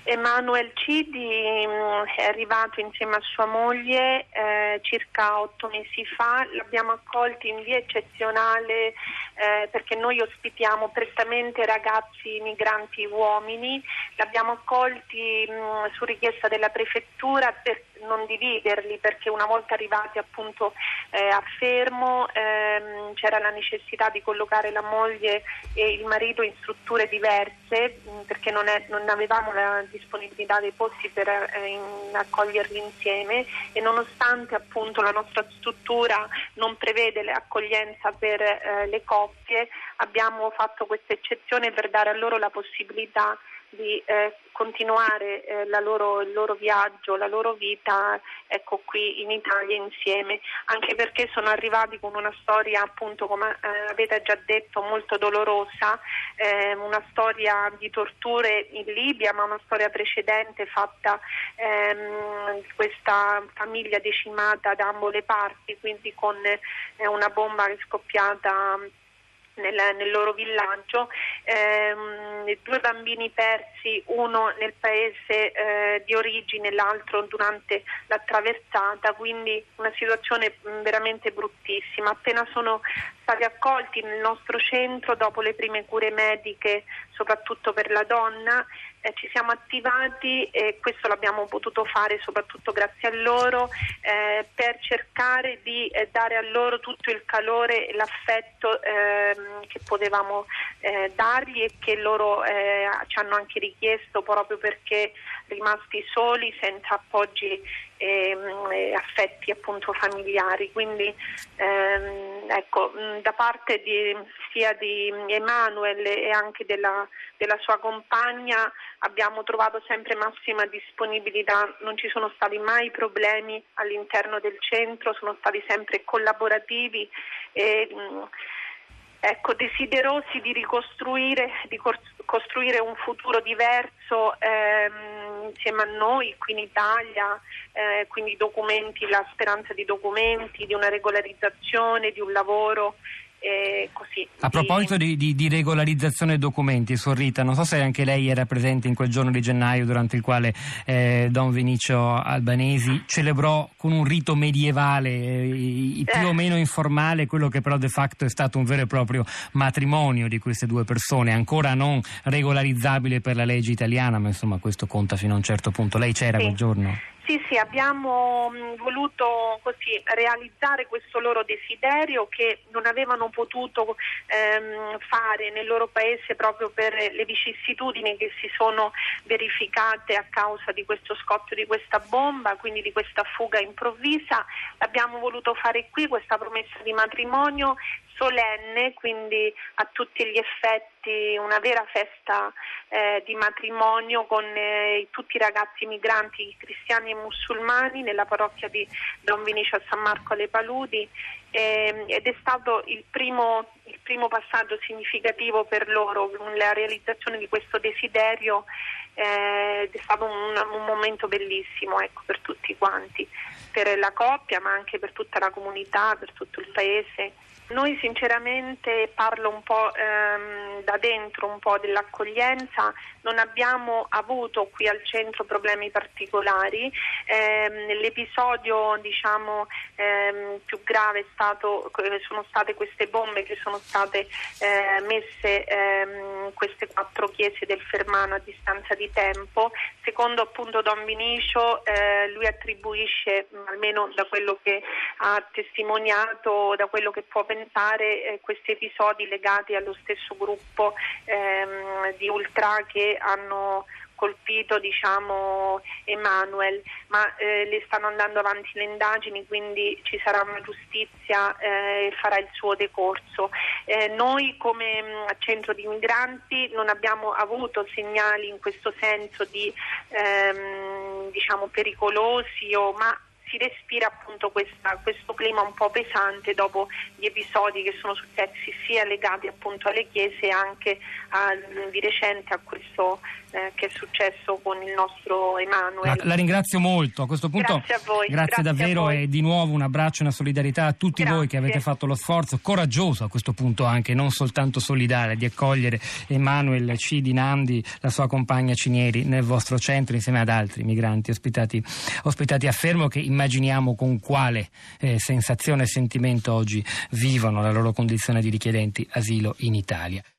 Emanuel Cidi è arrivato insieme a sua moglie circa 8 mesi fa. L'abbiamo accolto in via eccezionale perché noi ospitiamo prettamente ragazzi migranti uomini. L'abbiamo accolti su richiesta della prefettura per non dividerli, perché una volta arrivati appunto a Fermo c'era la necessità di collocare la moglie e il marito in strutture diverse, perché non avevamo la disponibilità dei posti per accoglierli insieme, e nonostante appunto la nostra struttura non prevede l'accoglienza per le coppie, abbiamo fatto questa eccezione per dare a loro la possibilità di continuare il loro viaggio, la loro vita, ecco, qui in Italia insieme, anche perché sono arrivati con una storia, appunto, come avete già detto, molto dolorosa, una storia di torture in Libia, ma una storia precedente fatta di questa famiglia decimata da ambo le parti, quindi con una bomba che è scoppiata nel loro villaggio, 2 bambini persi, uno nel paese di origine, l'altro durante la traversata, quindi una situazione veramente bruttissima. Appena sono stati accolti nel nostro centro, dopo le prime cure mediche, soprattutto per la donna, ci siamo attivati, e questo l'abbiamo potuto fare soprattutto grazie a loro, per cercare di dare a loro tutto il calore e l'affetto che potevamo dargli, e che loro ci hanno anche richiesto, proprio perché rimasti soli, senza appoggi e affetti appunto familiari. Quindi ecco, da parte sia di Emanuel e anche della sua compagna abbiamo trovato sempre massima disponibilità, non ci sono stati mai problemi all'interno del centro, sono stati sempre collaborativi e ecco, desiderosi di ricostruire, costruire un futuro diverso insieme a noi qui in Italia, quindi documenti, la speranza di documenti, di una regolarizzazione, di un lavoro. Così. A proposito di regolarizzazione documenti, Suor Rita, non so se anche lei era presente in quel giorno di gennaio durante il quale Don Vinicio Albanesi celebrò con un rito medievale più o meno informale quello che però de facto è stato un vero e proprio matrimonio di queste 2 persone, ancora non regolarizzabile per la legge italiana, ma insomma questo conta fino a un certo punto. Lei c'era quel giorno? Sì, abbiamo voluto così realizzare questo loro desiderio che non avevano potuto fare nel loro paese proprio per le vicissitudini che si sono verificate a causa di questo scoppio di questa bomba, quindi di questa fuga improvvisa. L'abbiamo voluto fare qui, questa promessa di matrimonio solenne, quindi a tutti gli effetti una vera festa di matrimonio con tutti i ragazzi migranti cristiani e musulmani nella parrocchia di Don Vinicio a San Marco alle Paludi, ed è stato il primo passaggio significativo per loro, la realizzazione di questo desiderio, ed è stato un momento bellissimo, ecco, per tutti quanti, per la coppia ma anche per tutta la comunità, per tutto il paese. Noi sinceramente, parlo un po' da dentro un po' dell'accoglienza, non abbiamo avuto qui al centro problemi particolari. L'episodio più grave sono state queste bombe che sono state messe in queste 4 chiese del Fermano a distanza di tempo. Secondo appunto Don Vinicio, lui attribuisce, almeno da quello che ha testimoniato, da quello che può pensare, questi episodi legati allo stesso gruppo di ultra che hanno colpito Emanuel, ma le stanno andando avanti le indagini, quindi ci sarà una giustizia e farà il suo decorso. Noi come centro di migranti non abbiamo avuto segnali in questo senso di pericolosi, ma si respira appunto questo clima un po' pesante dopo gli episodi che sono successi sia legati appunto alle chiese e anche di recente a questo che è successo con il nostro Emanuele. La ringrazio molto, a questo punto grazie a voi, grazie davvero e di nuovo un abbraccio e una solidarietà a tutti voi che avete fatto lo sforzo coraggioso a questo punto anche, non soltanto solidale, di accogliere Emanuele C. di Nandi, la sua compagna Cinieri nel vostro centro insieme ad altri migranti ospitati a Fermo, che immaginiamo con quale sensazione e sentimento oggi vivono la loro condizione di richiedenti asilo in Italia.